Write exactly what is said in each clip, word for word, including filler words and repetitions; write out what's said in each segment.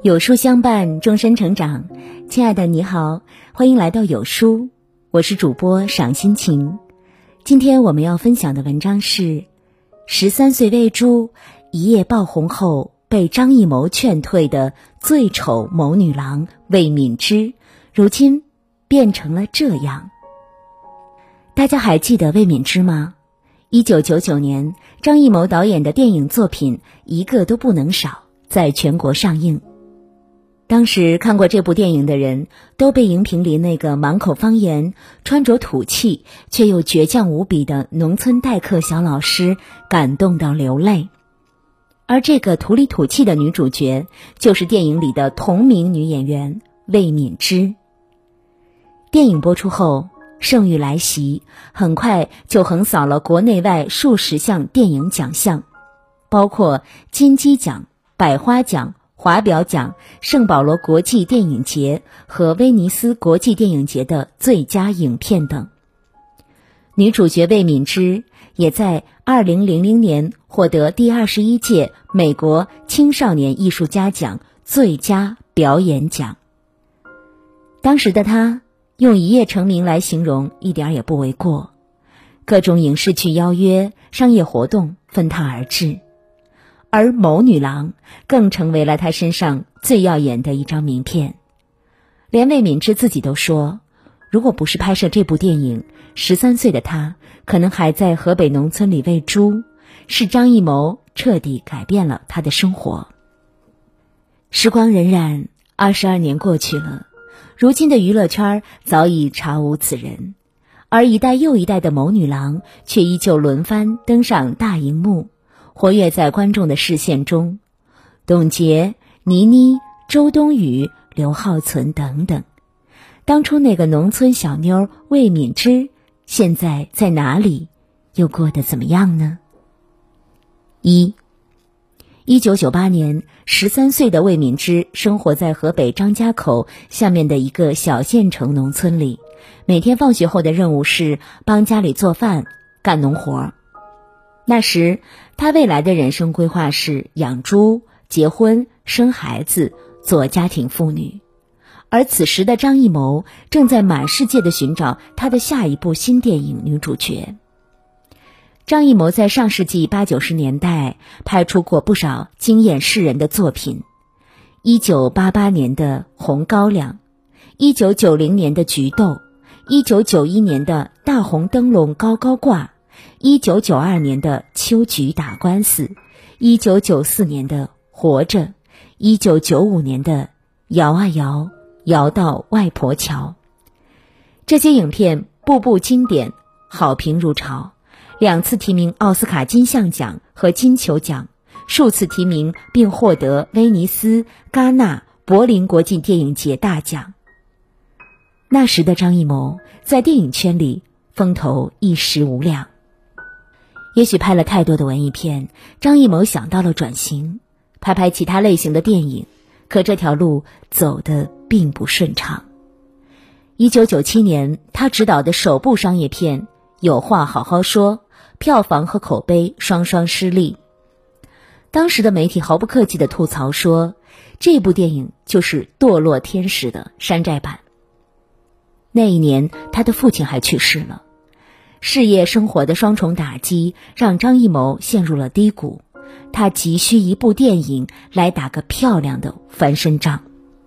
有书相伴，终身成长。亲爱的你好，欢迎来到有书，我是主播赏心情。今天我们要分享的文章是十三岁喂猪，一夜爆红后被张艺谋劝退的最丑谋女郎魏敏芝，如今变成了这样。大家还记得魏敏芝吗？一九九九年，张艺谋导演的电影作品一个都不能少，在全国上映。当时看过这部电影的人都被荧屏里那个满口方言、穿着土气却又倔强无比的农村代课小老师感动到流泪。而这个土里土气的女主角就是电影里的同名女演员魏敏芝。电影播出后，盛誉来袭，很快就横扫了国内外数十项电影奖项，包括金鸡奖、百花奖、华表奖、圣保罗国际电影节和威尼斯国际电影节的最佳影片等。女主角魏敏芝也在二零零零年获得第二十一届美国青少年艺术家奖最佳表演奖。当时的她用一夜成名来形容一点也不为过，各种影视剧邀约、商业活动纷沓而至，而谋女郎更成为了她身上最耀眼的一张名片。连魏敏芝自己都说，如果不是拍摄这部电影，十三岁的她可能还在河北农村里喂猪，是张艺谋彻底改变了她的生活。时光荏苒，二十二年过去了，如今的娱乐圈早已查无此人，而一代又一代的谋女郎却依旧轮番登上大荧幕，活跃在观众的视线中。董洁、倪妮、周冬雨、刘浩存等等，当初那个农村小妞魏敏芝现在在哪里，又过得怎么样呢？一一九九八年，十三岁的魏敏芝生活在河北张家口下面的一个小县城农村里，每天放学后的任务是帮家里做饭、干农活。那时她未来的人生规划是养猪、结婚、生孩子，做家庭妇女。而此时的张艺谋正在满世界的寻找他的下一部新电影女主角。张艺谋在上世纪八九十年代拍出过不少惊艳世人的作品，一九八八年的《红高粱》，一九九零年的《菊豆》，一九九一年的《大红灯笼高高挂》，一九九二年的《秋菊打官司》，一九九四年的《活着》，一九九五年的《摇啊摇，摇到外婆桥》。这些影片步步经典，好评如潮，两次提名奥斯卡金像奖和金球奖，数次提名并获得威尼斯、戛纳、柏林国际电影节大奖。那时的张艺谋在电影圈里风头一时无两。也许拍了太多的文艺片，张艺谋想到了转型，拍拍其他类型的电影，可这条路走得并不顺畅。一九九七年，他执导的首部商业片《有话好好说》，票房和口碑双双失利。当时的媒体毫不客气地吐槽说，这部电影就是堕落天使的山寨版。那一年，他的父亲还去世了，事业生活的双重打击让张艺谋陷入了低谷，他急需一部电影来打个漂亮的翻身仗。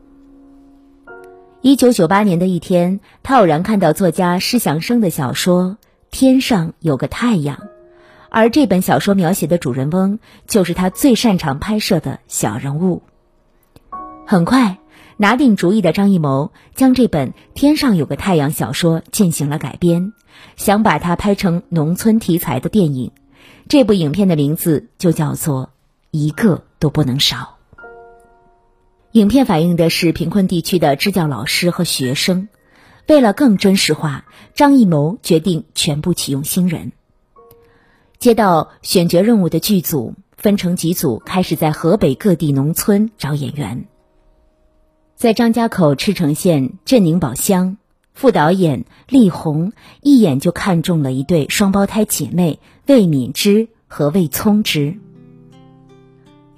一九九八年的一天，他偶然看到作家施祥生的小说《天上有个太阳》，而这本小说描写的主人翁就是他最擅长拍摄的小人物。很快，拿定主意的张艺谋将这本《天上有个太阳》小说进行了改编，想把它拍成农村题材的电影。这部影片的名字就叫做《一个都不能少》。影片反映的是贫困地区的支教老师和学生，为了更真实化，张艺谋决定全部启用新人。接到选角任务的剧组分成几组，开始在河北各地农村找演员。在张家口赤城县镇宁堡乡，副导演厉红一眼就看中了一对双胞胎姐妹魏敏芝和魏聪芝。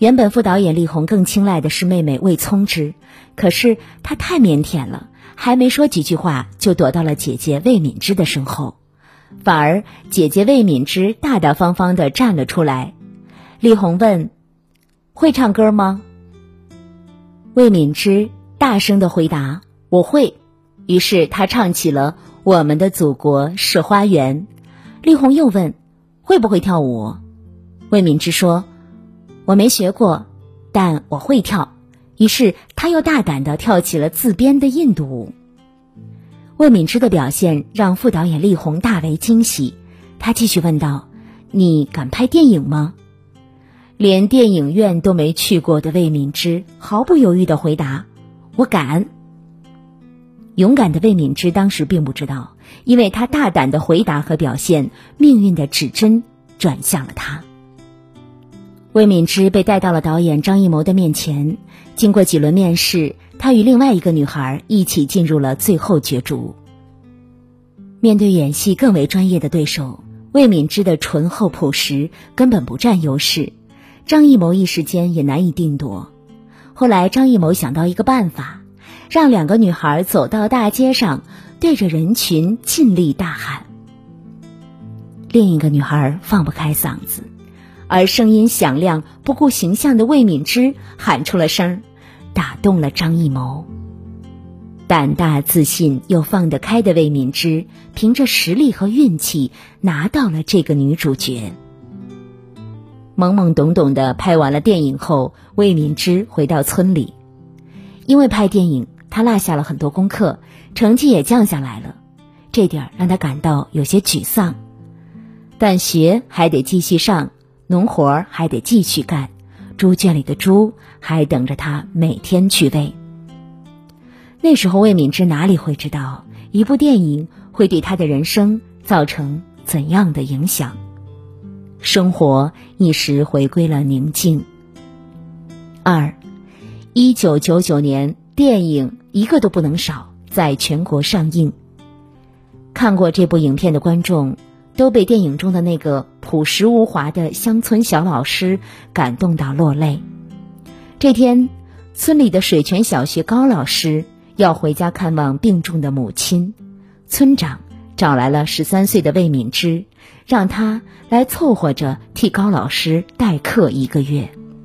原本副导演力宏更青睐的是妹妹魏聪之，可是她太腼腆了，还没说几句话就躲到了姐姐魏敏之的身后，反而姐姐魏敏之大大方方地站了出来。力宏问：会唱歌吗？魏敏之大声地回答：我会。于是她唱起了我们的祖国是花园。力宏又问：会不会跳舞？魏敏之说：我没学过，但我会跳。于是她又大胆地跳起了自编的印度舞。魏敏之的表现让副导演力宏大为惊喜，他继续问道：你敢拍电影吗？连电影院都没去过的魏敏之毫不犹豫地回答：我敢。勇敢的魏敏之当时并不知道，因为他大胆的回答和表现，命运的指针转向了他。魏敏之被带到了导演张艺谋的面前，经过几轮面试，他与另外一个女孩一起进入了最后角逐。面对演戏更为专业的对手，魏敏之的醇厚朴实根本不占优势，张艺谋一时间也难以定夺。后来张艺谋想到一个办法，让两个女孩走到大街上，对着人群尽力大喊。另一个女孩放不开嗓子，而声音响亮不顾形象的魏敏之喊出了声，打动了张艺谋。胆大自信又放得开的魏敏之凭着实力和运气拿到了这个女主角。懵懵懂懂地拍完了电影后，魏敏之回到村里。因为拍电影她落下了很多功课，成绩也降下来了，这点让她感到有些沮丧。但学还得继续上，农活还得继续干，猪圈里的猪还等着她每天去喂。那时候魏敏之哪里会知道，一部电影会对她的人生造成怎样的影响。生活一时回归了宁静。二，一九九九年，电影一个都不能少在全国上映。看过这部影片的观众都被电影中的那个朴实无华的乡村小老师感动到落泪。这天，村里的水泉小学高老师要回家看望病重的母亲，村长找来了十三岁的魏敏之，让他来凑合着替高老师代课一个月。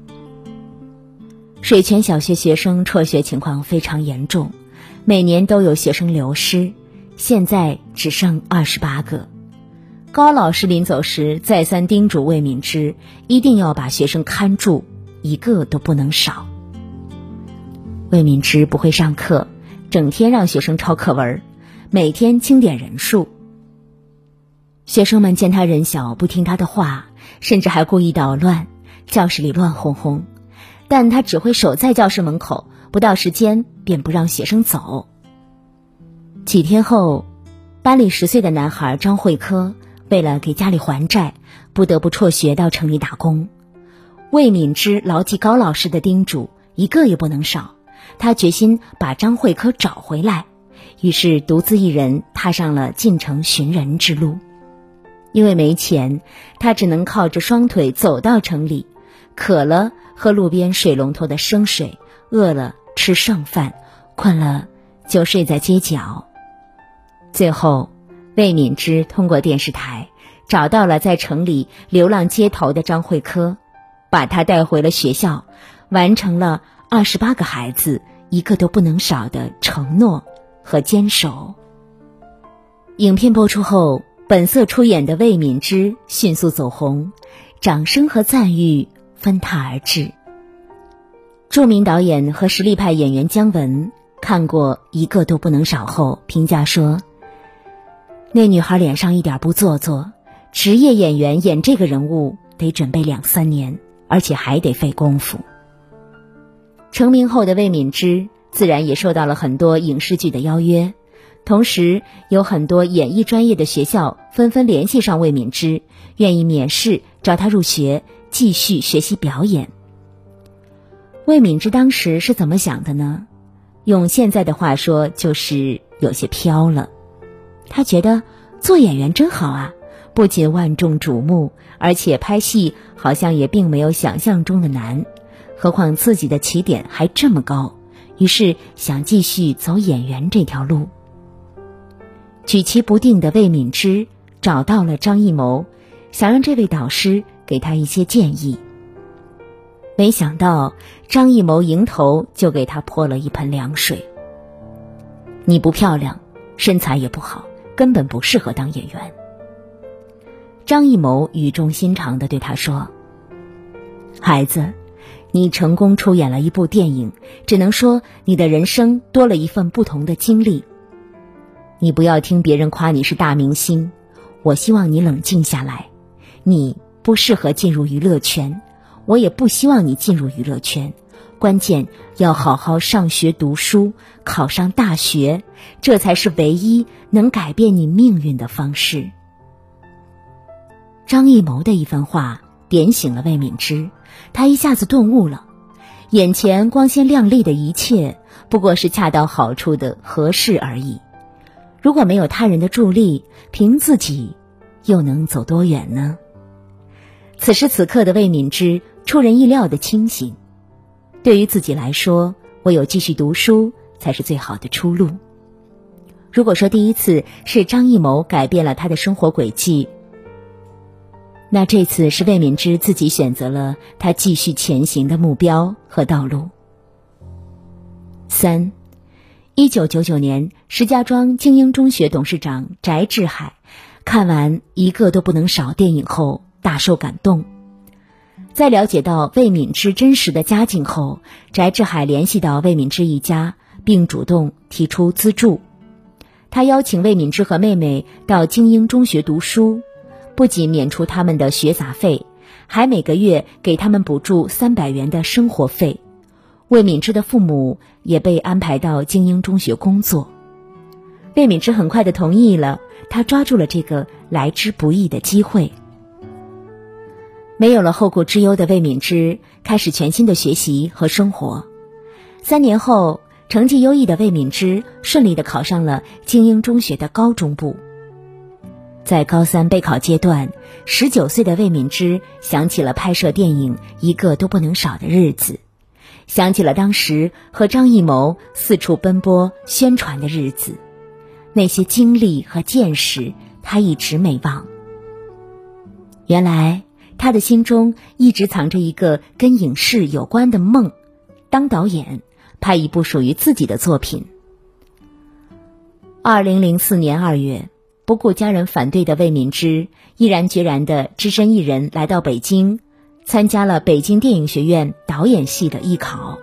水泉小学学生辍学情况非常严重，每年都有学生流失，现在只剩二十八个。高老师临走时再三叮嘱魏敏之一定要把学生看住，一个都不能少。魏敏之不会上课，整天让学生抄课文，每天清点人数。学生们见他人小不听他的话，甚至还故意捣乱，教室里乱哄哄，但他只会守在教室门口，不到时间便不让学生走。几天后，班里十岁的男孩张慧科为了给家里还债，不得不辍学到城里打工。魏敏之牢记高老师的叮嘱，一个也不能少，他决心把张慧科找回来，于是独自一人踏上了进城寻人之路。因为没钱，他只能靠着双腿走到城里，渴了喝路边水龙头的生水，饿了吃剩饭，困了就睡在街角。最后，魏敏之通过电视台找到了在城里流浪街头的张慧科，把他带回了学校，完成了二十八个孩子一个都不能少的承诺和坚守。影片播出后，本色出演的魏敏之迅速走红，掌声和赞誉纷沓而至。著名导演和实力派演员姜文看过一个都不能少后评价说，那女孩脸上一点不做作，职业演员演这个人物得准备两三年，而且还得费功夫。成名后的魏敏之自然也受到了很多影视剧的邀约，同时有很多演艺专业的学校纷纷联系上魏敏之，愿意免试招她入学，继续学习表演。魏敏之当时是怎么想的呢？用现在的话说，就是有些飘了。她觉得做演员真好啊，不仅万众瞩目，而且拍戏好像也并没有想象中的难， 何况自己的起点还这么高，于是想继续走演员这条路。举棋不定的魏敏之找到了张艺谋，想让这位导师给他一些建议。没想到张艺谋迎头就给他泼了一盆凉水。你不漂亮，身材也不好，根本不适合当演员。张艺谋语重心长地对他说，孩子，你成功出演了一部电影，只能说你的人生多了一份不同的经历。你不要听别人夸你是大明星，我希望你冷静下来。你不适合进入娱乐圈，我也不希望你进入娱乐圈。关键要好好上学读书，考上大学，这才是唯一能改变你命运的方式。张艺谋的一番话点醒了魏敏之，他一下子顿悟了，眼前光鲜亮丽的一切不过是恰到好处的合适而已。如果没有他人的助力，凭自己又能走多远呢？此时此刻的魏敏之出人意料的清醒，对于自己来说，唯有继续读书才是最好的出路。如果说第一次是张艺谋改变了他的生活轨迹，那这次是魏敏之自己选择了他继续前行的目标和道路。三，一九九九年，石家庄精英中学董事长翟志海看完《一个都不能少》电影后大受感动。在了解到魏敏之真实的家境后，翟志海联系到魏敏之一家，并主动提出资助。他邀请魏敏之和妹妹到精英中学读书，不仅免除他们的学杂费，还每个月给他们补助三百元的生活费。魏敏之的父母也被安排到精英中学工作。魏敏之很快地同意了，他抓住了这个来之不易的机会。没有了后顾之忧的魏敏之开始全新的学习和生活。三年后，成绩优异的魏敏之顺利地考上了精英中学的高中部。在高三备考阶段，十九岁的魏敏之想起了拍摄电影《一个都不能少》的日子，想起了当时和张艺谋四处奔波宣传的日子，那些经历和见识他一直没忘。原来他的心中一直藏着一个跟影视有关的梦，当导演，拍一部属于自己的作品。二零零四年二月，不顾家人反对的魏敏之毅然决然地只身一人来到北京，参加了北京电影学院导演系的艺考。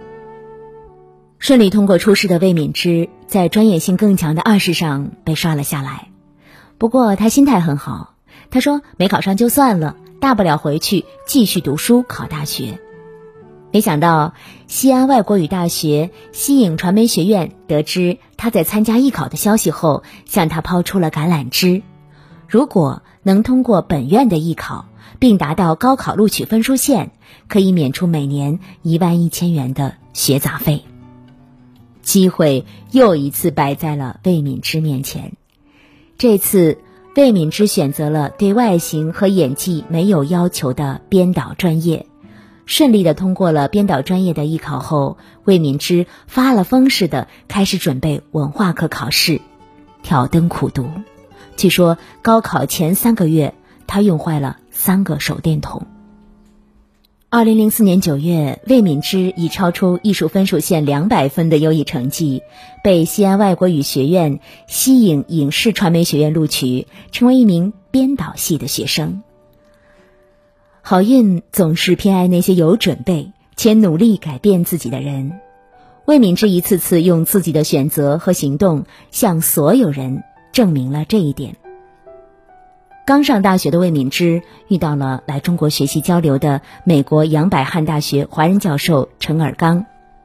顺利通过初试的魏敏之在专业性更强的二试上被刷了下来。不过他心态很好，他说没考上就算了，大不了回去继续读书考大学。没想到西安外国语大学西影传媒学院得知他在参加艺考的消息后，向他抛出了橄榄枝。如果能通过本院的艺考并达到高考录取分数线，可以免除每年一万一千元的学杂费。机会又一次摆在了魏敏之面前。这次魏敏之选择了对外形和演技没有要求的编导专业。顺利地通过了编导专业的艺考后，魏敏之发了疯似的开始准备文化课考试，挑灯苦读。据说高考前三个月，他用坏了三个手电筒。二零零四年九月，魏敏之以超出艺术分数线两百分的优异成绩，被西安外国语学院西影影视传媒学院录取，成为一名编导系的学生。好运总是偏爱那些有准备且努力改变自己的人。魏敏之一次次用自己的选择和行动向所有人证明了这一点。刚上大学的魏敏之遇到了来中国学习交流的美国杨百翰大学华人教授陈尔刚。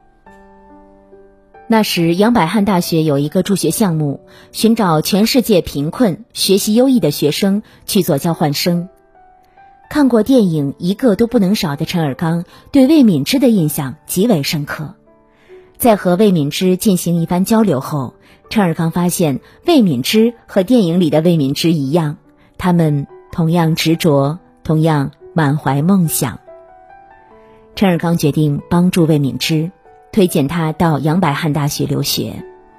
那时杨百翰大学有一个助学项目，寻找全世界贫困学习优异的学生去做交换生。看过电影《一个都不能少》的陈尔刚对魏敏之的印象极为深刻。在和魏敏之进行一番交流后，陈尔刚发现魏敏之和电影里的魏敏之一样，他们同样执着，同样满怀梦想。 陈尔刚决定帮助魏敏之，推荐他到杨百翰大学留学。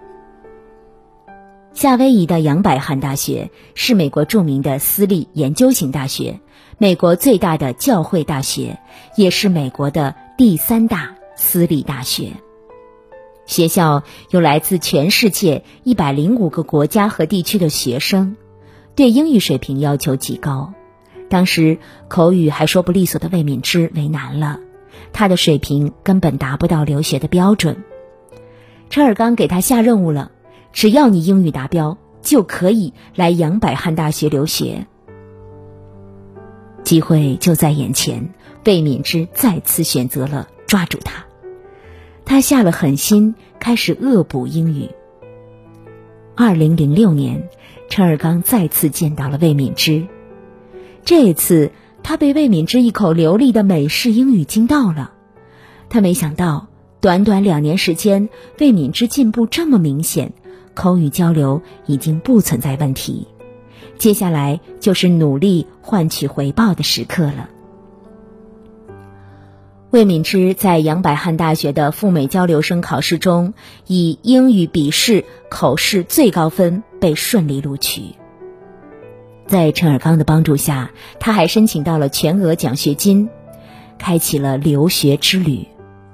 夏威夷的杨百翰大学是美国著名的私立研究型大学，美国最大的教会大学，也是美国的第三大私立大学。学校有来自全世界一百零五个国家和地区的学生，对英语水平要求极高。当时口语还说不利索的魏敏之为难了，他的水平根本达不到留学的标准。陈尔刚给他下任务了，只要你英语达标，就可以来杨百翰大学留学。机会就在眼前，魏敏之再次选择了抓住它。他下了狠心，开始恶补英语。二零零六年，陈尔刚再次见到了魏敏之，这次他被魏敏之一口流利的美式英语惊到了。他没想到短短两年时间，魏敏之进步这么明显，口语交流已经不存在问题。接下来就是努力换取回报的时刻了。魏敏之在杨百翰大学的赴美交流生考试中，以英语笔试、口试最高分被顺利录取。在陈尔刚的帮助下，他还申请到了全额奖学金，开启了留学之旅。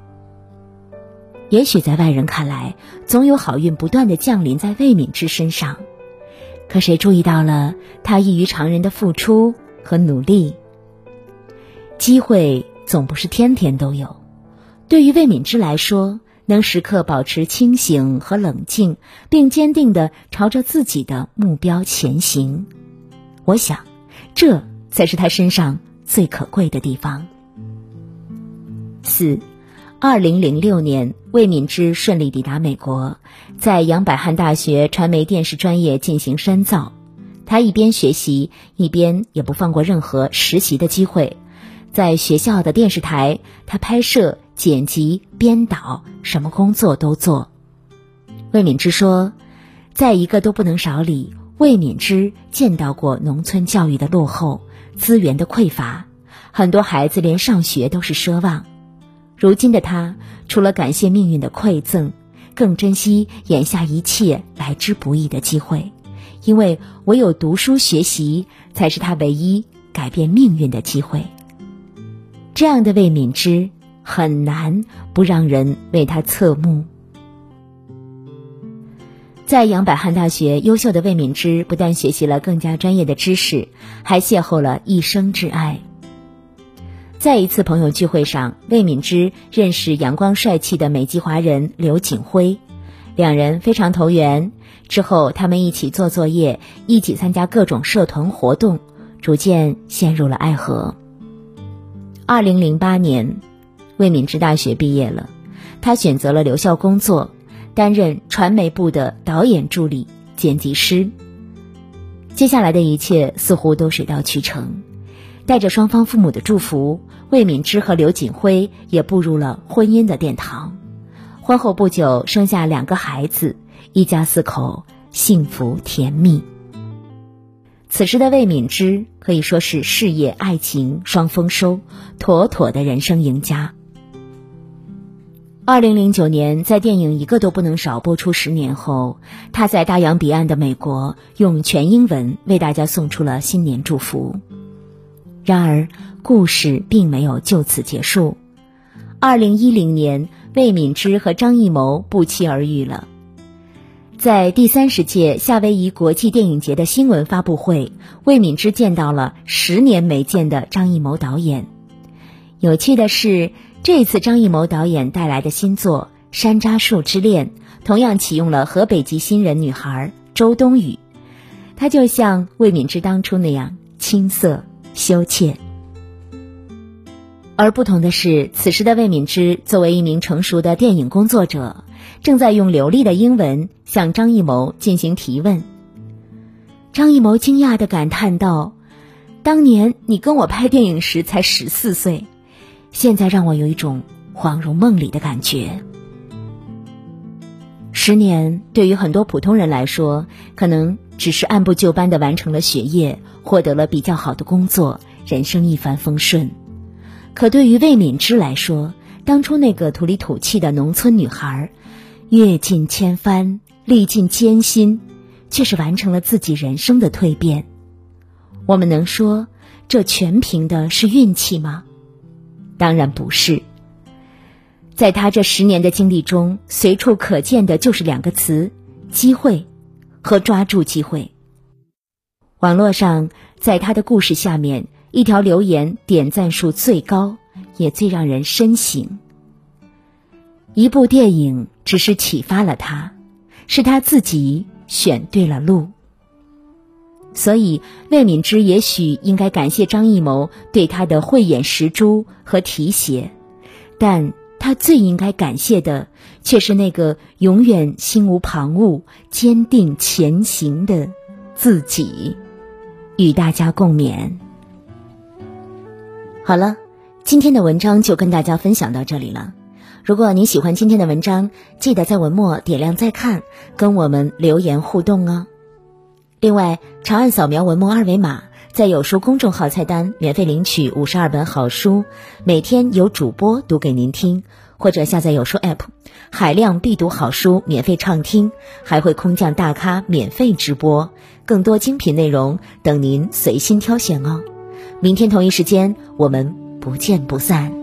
也许在外人看来，总有好运不断地降临在魏敏之身上，可谁注意到了他异于常人的付出和努力？机会总不是天天都有。对于魏敏之来说，能时刻保持清醒和冷静，并坚定地朝着自己的目标前行，我想这才是他身上最可贵的地方。四二零零六年，魏敏之顺利抵达美国，在杨百翰大学传媒电视专业进行深造。他一边学习，一边也不放过任何实习的机会。在学校的电视台，他拍摄、剪辑、编导，什么工作都做。魏敏之说，在一个都不能少里，魏敏之见到过农村教育的落后，资源的匮乏，很多孩子连上学都是奢望。如今的他，除了感谢命运的馈赠，更珍惜眼下一切来之不易的机会，因为唯有读书学习，才是他唯一改变命运的机会。这样的魏敏之，很难不让人为他侧目。在杨百翰大学，优秀的魏敏之不但学习了更加专业的知识，还邂逅了一生挚爱。在一次朋友聚会上，魏敏之认识阳光帅气的美籍华人刘景辉，两人非常投缘。之后他们一起做作业，一起参加各种社团活动，逐渐陷入了爱河。二零零八年，魏敏之大学毕业了，他选择了留校工作，担任传媒部的导演助理、剪辑师。接下来的一切似乎都水到渠成，带着双方父母的祝福，魏敏之和刘景辉也步入了婚姻的殿堂。婚后不久，生下两个孩子，一家四口幸福甜蜜。此时的魏敏之可以说是事业爱情双丰收，妥妥的人生赢家。二零零九年，在电影《一个都不能少》播出十年后，他在大洋彼岸的美国用全英文为大家送出了新年祝福。然而故事并没有就此结束。二零一零年，魏敏之和张艺谋不期而遇了。在第三十届夏威夷国际电影节的新闻发布会，魏敏之见到了十年没见的张艺谋导演。有趣的是，这次张艺谋导演带来的新作《山楂树之恋》同样启用了河北籍新人女孩周冬雨，她就像魏敏之当初那样青涩羞怯。而不同的是，此时的魏敏之作为一名成熟的电影工作者，正在用流利的英文向张艺谋进行提问。张艺谋惊讶地感叹道，当年你跟我拍电影时才十四岁，现在让我有一种恍如梦里的感觉。十年对于很多普通人来说，可能只是按部就班地完成了学业，获得了比较好的工作，人生一帆风顺。 可对于魏敏芝来说，当初那个土里土气的农村女孩，阅尽千帆，历尽艰辛，却是完成了自己人生的蜕变。我们能说这全凭的是运气吗？当然不是。在她这十年的经历中，随处可见的就是两个词：机会和抓住机会。网络上，在她的故事下面，一条留言点赞数最高，也最让人深省。一部电影只是启发了她，是她自己选对了路。所以魏敏芝也许应该感谢张艺谋对她的慧眼识珠和提携，但她最应该感谢的却是那个永远心无旁骛、坚定前行的自己。与大家共勉。好了，今天的文章就跟大家分享到这里了。如果你喜欢今天的文章，记得在文末点亮再看，跟我们留言互动哦。另外，长按扫描文末二维码，在有书公众号菜单免费领取五十二本好书，每天有主播读给您听，或者下载有书 App， 海量必读好书免费畅听，还会空降大咖免费直播，更多精品内容等您随心挑选哦。明天同一时间，我们不见不散。